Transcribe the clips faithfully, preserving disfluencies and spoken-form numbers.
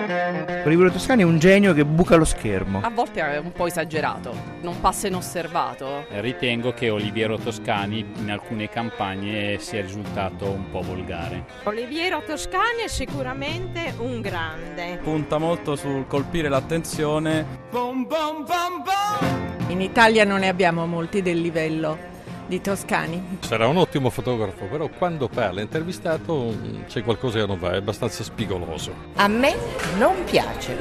Oliviero Toscani è un genio che buca lo schermo. A volte è un po' esagerato, non passa inosservato. Ritengo che Oliviero Toscani in alcune campagne sia risultato un po' volgare. Oliviero Toscani è sicuramente un grande. Punta molto sul colpire l'attenzione. Bom, bom, bom, bom. In Italia non ne abbiamo molti del livello di Toscani. Sarà un ottimo fotografo, però quando parla intervistato c'è qualcosa che non va, è abbastanza spigoloso. A me non piace.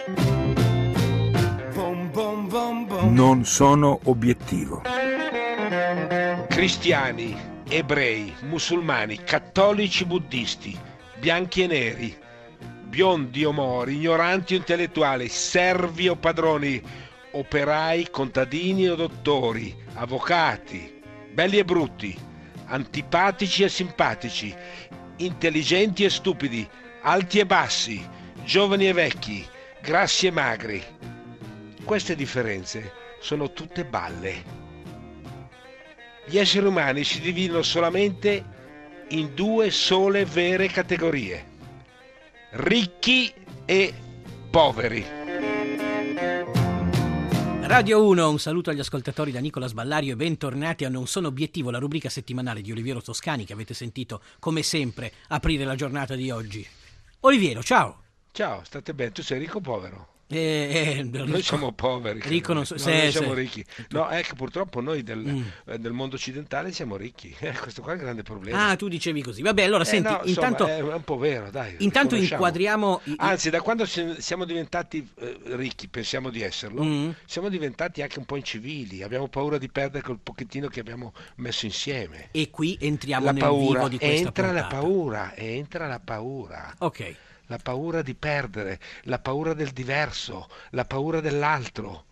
Bom, bom, bom, bom. Non sono obiettivo. Cristiani, ebrei, musulmani, cattolici, buddisti, bianchi e neri, biondi o mori, ignoranti o intellettuali, servi o padroni, operai, contadini o dottori, avvocati, belli e brutti, antipatici e simpatici, intelligenti e stupidi, alti e bassi, giovani e vecchi, grassi e magri. Queste differenze sono tutte balle. Gli esseri umani si dividono solamente in due sole vere categorie: ricchi e poveri. Radio uno, un saluto agli ascoltatori da Nicola Sballario e bentornati a Non sono obiettivo, la rubrica settimanale di Oliviero Toscani che avete sentito come sempre aprire la giornata di oggi. Oliviero, ciao. Ciao, state bene, tu sei ricco o povero? Eh, eh, noi ricco, siamo poveri, ricco non so, no, se, noi se, siamo ricchi. No, è che purtroppo noi del, mm. eh, del mondo occidentale siamo ricchi. Eh, questo qua è il grande problema. Ah, tu dicevi così. Vabbè, allora eh, senti, no, intanto insomma, è un po' vero, dai. Intanto inquadriamo. Anzi, da quando siamo diventati eh, ricchi, pensiamo di esserlo, mm. siamo diventati anche un po' incivili. Abbiamo paura di perdere quel pochettino che abbiamo messo insieme. E qui entriamo la nel paura, vivo di questa entra puntata. la paura, entra la paura. Ok. La paura di perdere, la paura del diverso, la paura dell'altro.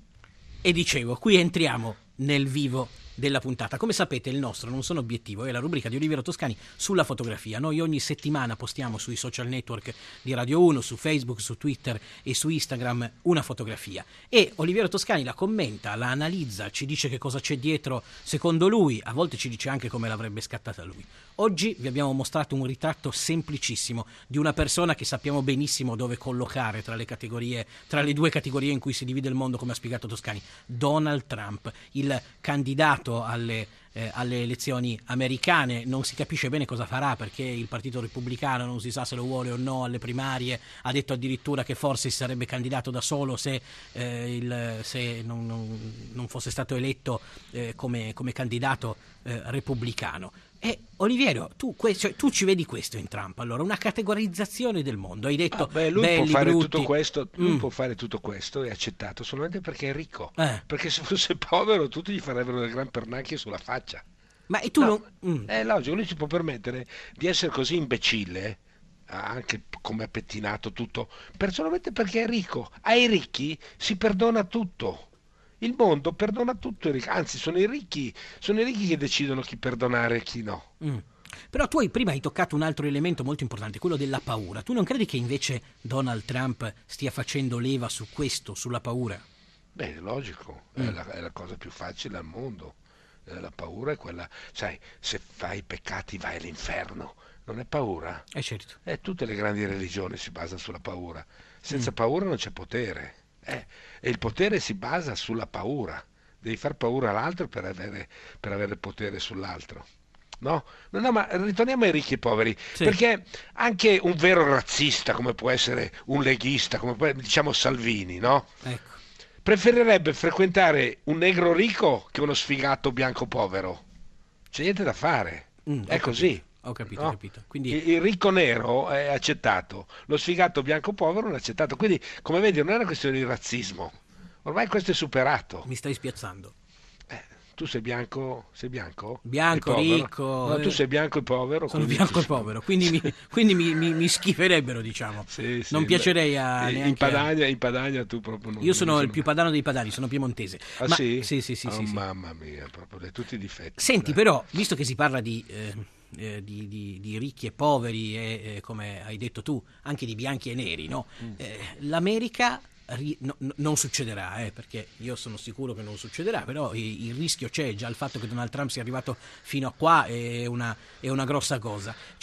E dicevo, qui entriamo nel vivo della puntata. Come sapete, il nostro Non sono obiettivo è la rubrica di Oliviero Toscani sulla fotografia. Noi ogni settimana postiamo sui social network di Radio uno, su Facebook, su Twitter e su Instagram una fotografia. E Oliviero Toscani la commenta, la analizza, ci dice che cosa c'è dietro secondo lui, a volte ci dice anche come l'avrebbe scattata lui. Oggi vi abbiamo mostrato un ritratto semplicissimo di una persona che sappiamo benissimo dove collocare tra le categorie, tra le due categorie in cui si divide il mondo, come ha spiegato Toscani. Donald Trump, il candidato alle, eh, alle elezioni americane. Non si capisce bene cosa farà, perché il Partito Repubblicano non si sa se lo vuole o no alle primarie. Ha detto addirittura che forse si sarebbe candidato da solo se, eh, il, se non, non, non fosse stato eletto eh, come, come candidato eh, repubblicano. E Oliviero, tu, que- cioè, tu ci vedi questo in Trump, allora, una categorizzazione del mondo. Hai detto, ah, beh, lui belli, può fare brutti. tutto questo, lui mm. può fare tutto questo e accettato solamente perché è ricco. Eh. Perché se fosse povero tutti gli farebbero delle gran pernacchie sulla faccia. Ma e tu no, non... Mm. È logico, lui si può permettere di essere così imbecille, anche come ha pettinato tutto, solamente perché è ricco. Ai ricchi si perdona tutto. Il mondo perdona tutto, anzi sono i ricchi, sono i ricchi che decidono chi perdonare e chi no. Mm. Però tu hai, prima hai toccato un altro elemento molto importante, quello della paura. Tu non credi che invece Donald Trump stia facendo leva su questo, sulla paura? Beh, è logico, mm. è, la, è la cosa più facile al mondo. La paura è quella, sai, se fai peccati vai all'inferno. Non è paura? Eh certo. Eh, tutte le grandi religioni si basano sulla paura. Senza mm. paura non c'è potere. Eh, e il potere si basa sulla paura. Devi far paura all'altro per avere, per avere potere sull'altro. No? no, no, ma ritorniamo ai ricchi e poveri, sì. Perché anche un vero razzista, come può essere un leghista, come può, diciamo Salvini, no? Ecco. Preferirebbe frequentare un negro ricco che uno sfigato bianco povero. C'è niente da fare. Mm, è così. Ho capito, no? ho capito. Quindi... Il, il ricco nero è accettato, lo sfigato bianco povero non è accettato. Quindi, come vedi, non è una questione di razzismo. Ormai questo è superato. Mi stai spiazzando. Eh, tu sei bianco, sei bianco? Bianco, ricco. No, tu sei bianco e povero. Sono bianco e povero, quindi, mi, quindi mi, mi, mi schiferebbero, diciamo. Sì, sì, non piacerei a in, neanche in Padania, a... in Padania tu proprio non. Io sono non il più padano dei padani, sono piemontese. Ah Ma... sì? Sì, sì, sì, oh, sì, sì. Mamma mia, proprio tutti i difetti. Senti, dai. Però, visto che si parla di... Eh... Eh, di, di, di ricchi e poveri e eh, come hai detto tu anche di bianchi e neri, no? Mm. Eh, l'America ri- no, no, non succederà, eh, perché io sono sicuro che non succederà, però il, il rischio c'è, già il fatto che Donald Trump sia arrivato fino a qua è una, è una grossa cosa. Cioè,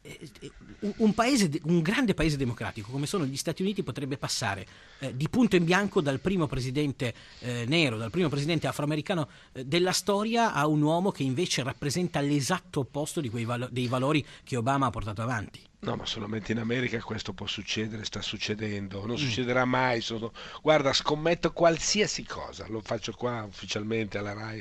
un paese, un grande paese democratico come sono gli Stati Uniti potrebbe passare eh, di punto in bianco dal primo presidente eh, nero, dal primo presidente afroamericano eh, della storia a un uomo che invece rappresenta l'esatto opposto di quei valo- dei valori che Obama ha portato avanti. No, ma solamente in America questo può succedere, sta succedendo, non mm. succederà mai. Sono... Guarda, scommetto qualsiasi cosa, lo faccio qua ufficialmente alla Rai,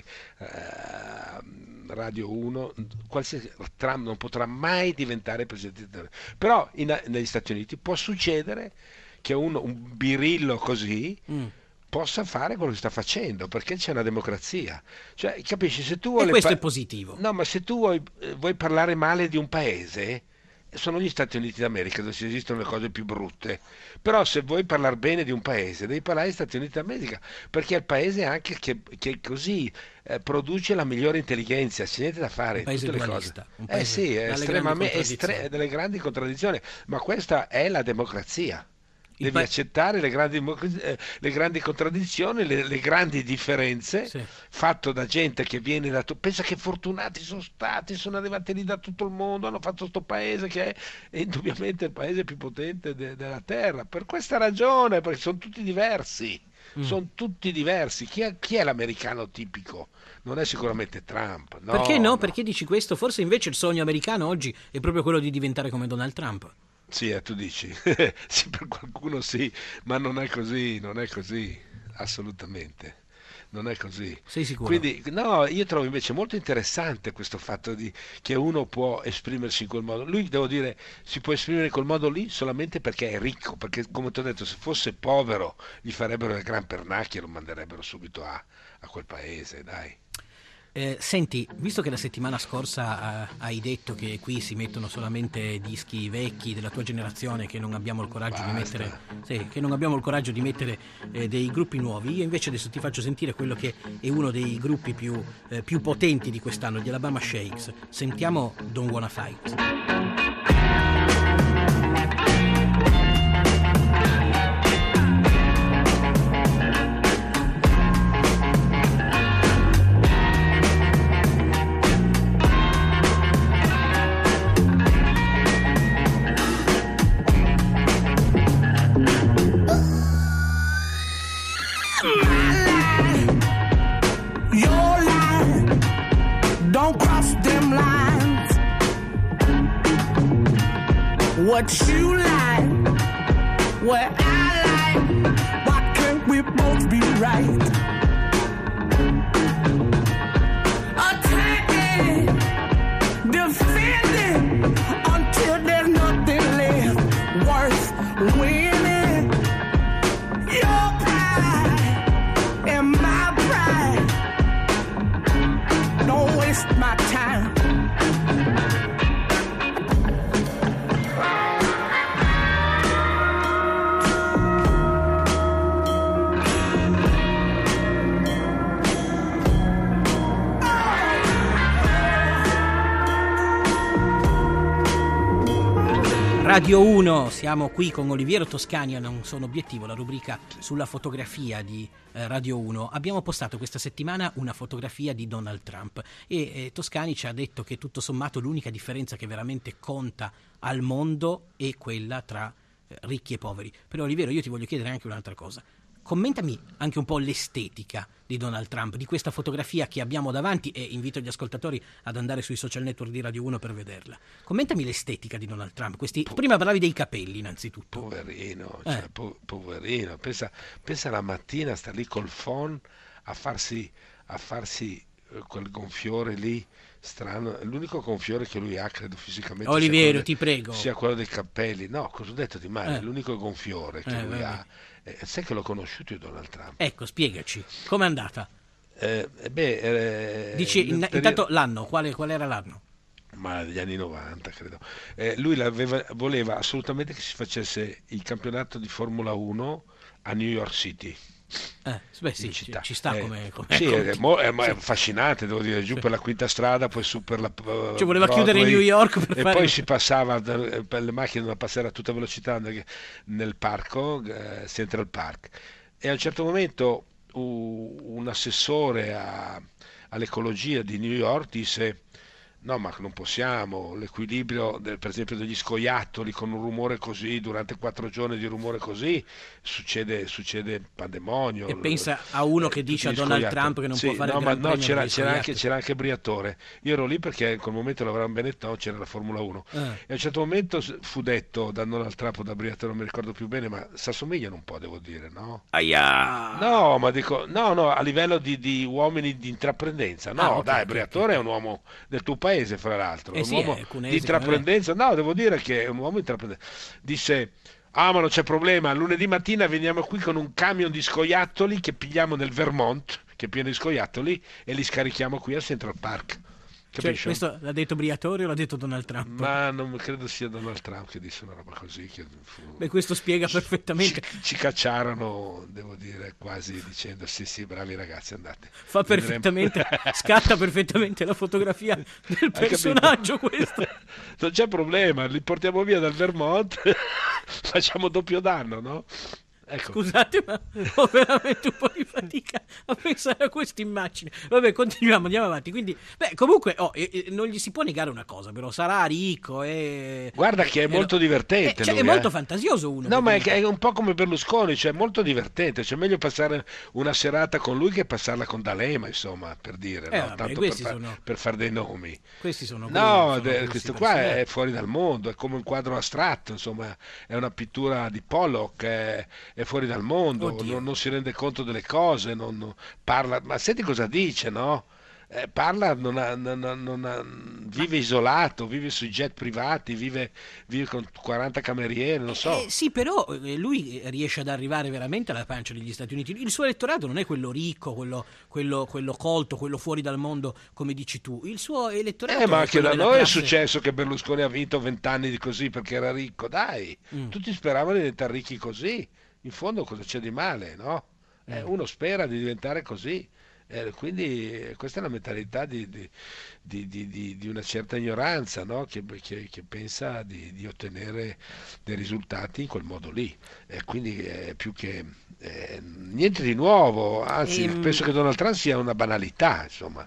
eh, Radio uno, qualsiasi... Trump non potrà mai diventare presidente. Però in, negli Stati Uniti può succedere che uno, un birillo così mm. possa fare quello che sta facendo, perché c'è una democrazia. Cioè, capisci, se tu vuoi... E questo pa- è positivo. No, ma se tu vuoi, vuoi parlare male di un paese... sono gli Stati Uniti d'America dove esistono le cose più brutte, però se vuoi parlare bene di un paese devi parlare degli Stati Uniti d'America, perché è il paese anche che, che così eh, produce la migliore intelligenza, c'è niente da fare, un paese tutte le dualista, cose. Un paese eh sì, è estremamente estre- delle grandi contraddizioni, ma questa è la democrazia. Devi pa- accettare le grandi, eh, le grandi contraddizioni, le, le grandi differenze, sì. fatto da gente che viene da... Tu- pensa che fortunati sono stati, sono arrivati lì da tutto il mondo, hanno fatto sto paese che è, è indubbiamente il paese più potente de- della terra, per questa ragione, perché sono tutti diversi, mm. sono tutti diversi. Chi è, chi è l'americano tipico? Non è sicuramente Trump. No, Perché no? no? Perché dici questo? Forse invece il sogno americano oggi è proprio quello di diventare come Donald Trump. Sì, eh, tu dici, sì, per qualcuno sì, ma non è così, non è così, assolutamente, non è così. Sei sicuro? Quindi, no, io trovo invece molto interessante questo fatto di che uno può esprimersi in quel modo. Lui, devo dire, si può esprimere in quel modo lì solamente perché è ricco, perché come ti ho detto, se fosse povero gli farebbero il gran pernacchio e lo manderebbero subito a, a quel paese, dai. Eh, senti, visto che la settimana scorsa eh, hai detto che qui si mettono solamente dischi vecchi della tua generazione, che non abbiamo il coraggio Basta. di mettere, sì, che non abbiamo il coraggio di mettere eh, dei gruppi nuovi, io invece adesso ti faccio sentire quello che è uno dei gruppi più, eh, più potenti di quest'anno, gli Alabama Shakes. Sentiamo Don't Wanna Fight. What you like, what I like, why can't we both be right? Attacking, defending, until there's nothing left worth winning. Your pride and my pride, don't waste my time. Radio uno, siamo qui con Oliviero Toscani a Non Sono Obiettivo, la rubrica sulla fotografia di eh, Radio uno. Abbiamo postato questa settimana una fotografia di Donald Trump e eh, Toscani ci ha detto che tutto sommato l'unica differenza che veramente conta al mondo è quella tra eh, ricchi e poveri. Però Oliviero, io ti voglio chiedere anche un'altra cosa. Commentami anche un po' l'estetica di Donald Trump, di questa fotografia che abbiamo davanti, e invito gli ascoltatori ad andare sui social network di Radio uno per vederla. Commentami l'estetica di Donald Trump. Questi... Po- Prima parlavi dei capelli, innanzitutto. Poverino, eh. cioè, po- poverino. Pensa, pensa la mattina sta lì col phone a farsi, a farsi quel gonfiore lì strano. L'unico gonfiore che lui ha, credo fisicamente, Oliviero, sia ti prego, sia quello dei capelli. No, cosa ho detto di male? Eh. L'unico gonfiore che eh, lui vabbè. ha. Eh, sai che l'ho conosciuto io Donald Trump? Ecco, spiegaci, com'è andata? Eh, beh, eh, Dici, in, periodo... intanto l'anno, quale, qual era l'anno? Ma degli anni novanta, credo. Eh, lui l'aveva, voleva assolutamente che si facesse il campionato di Formula uno a New York City. Eh, beh, sì, ci, ci sta eh, come, come sì, come... è, mo- è, è sì. affascinante, devo dire, giù sì. per la quinta strada, poi su per la uh, cioè voleva Broadway, chiudere New York per e fare... poi si passava per le macchine da passare a tutta velocità nel, nel parco, eh, Central Park, e a un certo momento uh, un assessore a, all'ecologia di New York disse No, ma non possiamo, l'equilibrio del, per esempio degli scoiattoli con un rumore così, durante quattro giorni di rumore così, succede, succede pandemonio. E pensa a uno che dice a Donald Trump che non sì, può fare no, il ma Gran no, Premio c'era, degli c'era, anche, scoiattoli. c'era anche Briatore. Io ero lì perché in quel momento lavoravo in Benetton, c'era la Formula uno. Eh. E a un certo momento fu detto da Donald Trump o da Briatore, non mi ricordo più bene, ma si assomigliano un po', devo dire, no? Aia. No, ma dico, no, no, a livello di, di uomini di intraprendenza. No, Ah, ok, dai, ok, Briatore ok. è un uomo del tuo paese, fra l'altro. Eh È un sì, uomo è cunese di intraprendenza. No, devo dire che è un uomo di intraprendenza. Disse: ah, ma non c'è problema, lunedì mattina veniamo qui con un camion di scoiattoli che pigliamo nel Vermont, che è pieno di scoiattoli, e li scarichiamo qui al Central Park. Cioè, Capisci? questo l'ha detto Briatore o l'ha detto Donald Trump? Ma non credo sia Donald Trump che disse una roba così. Che fu... Beh, questo spiega perfettamente. Ci, ci cacciarono, devo dire, quasi dicendo sì, sì, bravi ragazzi, andate. Fa Vedremo. perfettamente, scatta perfettamente la fotografia del Hai personaggio capito? questo. Non c'è problema, li portiamo via dal Vermont, facciamo doppio danno, no? Ecco. Scusate, ma ho veramente un po' di fatica a pensare a questa immagine. Vabbè, continuiamo, andiamo avanti. Quindi, beh, comunque, oh, eh, eh, non gli si può negare una cosa, però sarà ricco e... Guarda che è eh, molto no- divertente eh, cioè, lui, è molto eh. fantasioso uno. No, che ma è, dice- che è un po' come Berlusconi, cioè è molto divertente, cioè è meglio passare una serata con lui che passarla con D'Alema, insomma, per dire, Eh, no? vabbè, Tanto per, questi fa- sono- per fare dei nomi. Questi sono No, quelli- sono de- questi questo qua personaggi. è fuori dal mondo, è come un quadro astratto, insomma, è una pittura di Pollock, è, è fuori dal mondo, Oddio. non, non si rende conto delle cose, non, non- parla, ma senti cosa dice, no? Eh, parla, non ha- non ha- non ha- vive isolato, vive sui jet privati, vive, vive con quaranta cameriere, non so. Eh, sì, però eh, lui riesce ad arrivare veramente alla pancia degli Stati Uniti. Il suo elettorato non è quello ricco, quello, quello, quello colto, quello fuori dal mondo, come dici tu. Il suo elettorato Eh, ma è anche quello da della noi è classe- successo che Berlusconi ha vinto vent'anni di così perché era ricco, dai, Mm. tutti speravano di diventare ricchi così, in fondo cosa c'è di male, no? Eh, Mm. uno spera di diventare così, eh, quindi eh, questa è la mentalità di, di- di- di- di- di una certa ignoranza, no? Che, che- che pensa di, di ottenere dei risultati in quel modo lì, e quindi è più che eh, niente di nuovo, anzi Ehm. penso che Donald Trump sia una banalità, insomma.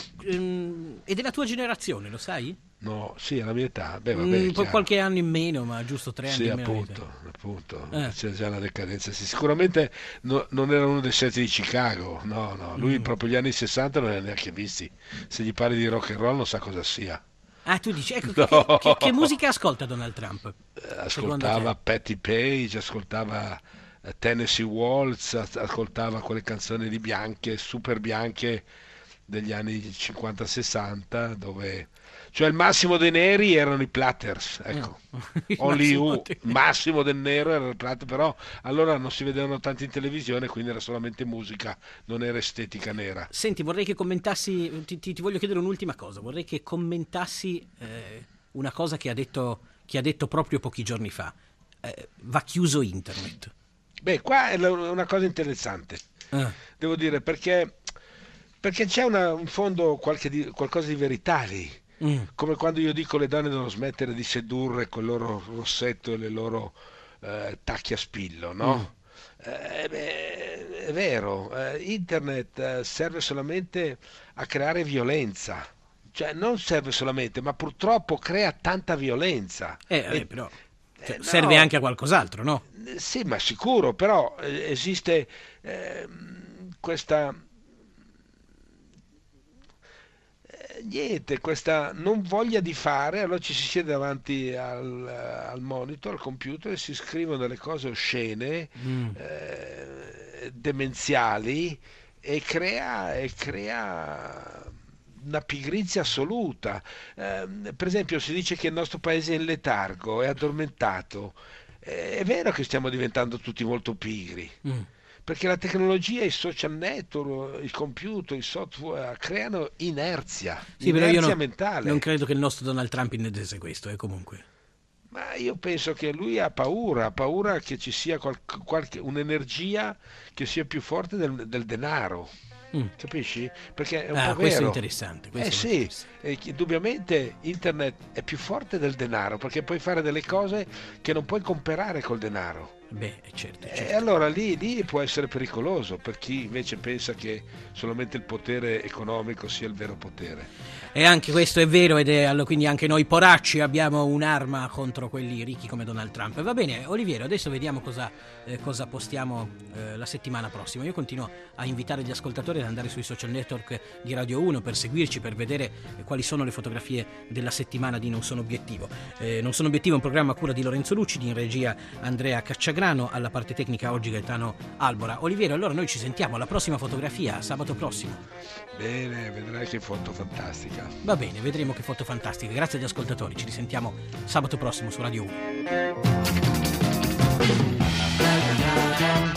Ehm, è della tua generazione, lo sai? No, sì, alla mia età, beh, vabbè, Mm, è poi chiaro. qualche anno in meno, ma giusto tre anni Sì, in meno. di te. appunto, appunto. Eh. C'è già una decadenza. Sì, sicuramente no- non era uno dei sette di Chicago, no, no. Lui Mm. proprio gli anni sessanta non li ha neanche visti. Se gli parli di rock and roll non sa cosa sia. Ah, tu dici, ecco, No. che, che- che musica ascolta Donald Trump? Eh, Secondo Ascoltava te? Patti Page, ascoltava eh, Tennessee Waltz, as- ascoltava quelle canzoni di bianche, super bianche degli anni cinquanta sessanta, dove cioè il massimo dei neri erano i Platters, ecco. Il Only massimo You, dei- massimo del nero era il Platter, però allora non si vedevano tanti in televisione, quindi era solamente musica, non era estetica nera. Senti, vorrei che commentassi, ti, ti- ti voglio chiedere un'ultima cosa, vorrei che commentassi eh, una cosa che ha detto, che ha detto proprio pochi giorni fa. Eh, va chiuso internet. Beh, qua è la- una cosa interessante, Eh. devo dire, perché, perché c'è una, in fondo qualche di- qualcosa di verità lì. Mm. Come quando io dico le donne devono smettere di sedurre col loro rossetto e le loro eh, tacchi a spillo, no? Eh, beh, è vero, eh, internet eh, serve solamente a creare violenza, cioè non serve solamente, ma purtroppo crea tanta violenza. Eh, vabbè, E- però cioè, eh, no. serve anche a qualcos'altro, no? Eh, Sì, ma sicuro, però eh, esiste ehm, questa eh, niente, questa non voglia di fare, allora ci si siede davanti al, al monitor, al computer e si scrivono delle cose oscene, Mm. eh, demenziali e crea, e crea una pigrizia assoluta. Eh, per esempio si dice che il nostro paese è in letargo, è addormentato. Eh, è vero che stiamo diventando tutti molto pigri, Mm. perché la tecnologia, i social network, il computer, i software creano inerzia, Sì, però io inerzia non, mentale. non credo che il nostro Donald Trump intendesse questo, eh, comunque. Ma io penso che lui ha paura, ha paura che ci sia qual- qualche, un'energia che sia più forte del, del denaro. Mm. Capisci? Perché è un Ah, po' questo è vero. interessante, questo Eh è sì, interessante. e chi- indubbiamente internet è più forte del denaro perché puoi fare delle cose che non puoi comprare col denaro. Beh, certo, certo. E allora lì, lì può essere pericoloso per chi invece pensa che solamente il potere economico sia il vero potere. E anche questo è vero, ed è allora, quindi anche noi poracci abbiamo un'arma contro quelli ricchi come Donald Trump. Va bene, Oliviero, adesso vediamo cosa, eh, cosa postiamo eh, la settimana prossima. Io continuo a invitare gli ascoltatori ad andare sui social network di Radio uno per seguirci, per vedere eh, quali sono le fotografie della settimana di Non Sono Obiettivo. Eh, Non Sono Obiettivo è un programma a cura di Lorenzo Lucidi, in regia Andrea Cacciagrano, alla parte tecnica oggi Gaetano Albora. Oliviero, allora noi ci sentiamo alla prossima fotografia, sabato prossimo. Bene, vedrai che foto fantastica. Va bene, vedremo che foto fantastica. Grazie agli ascoltatori, ci risentiamo sabato prossimo su Radio uno.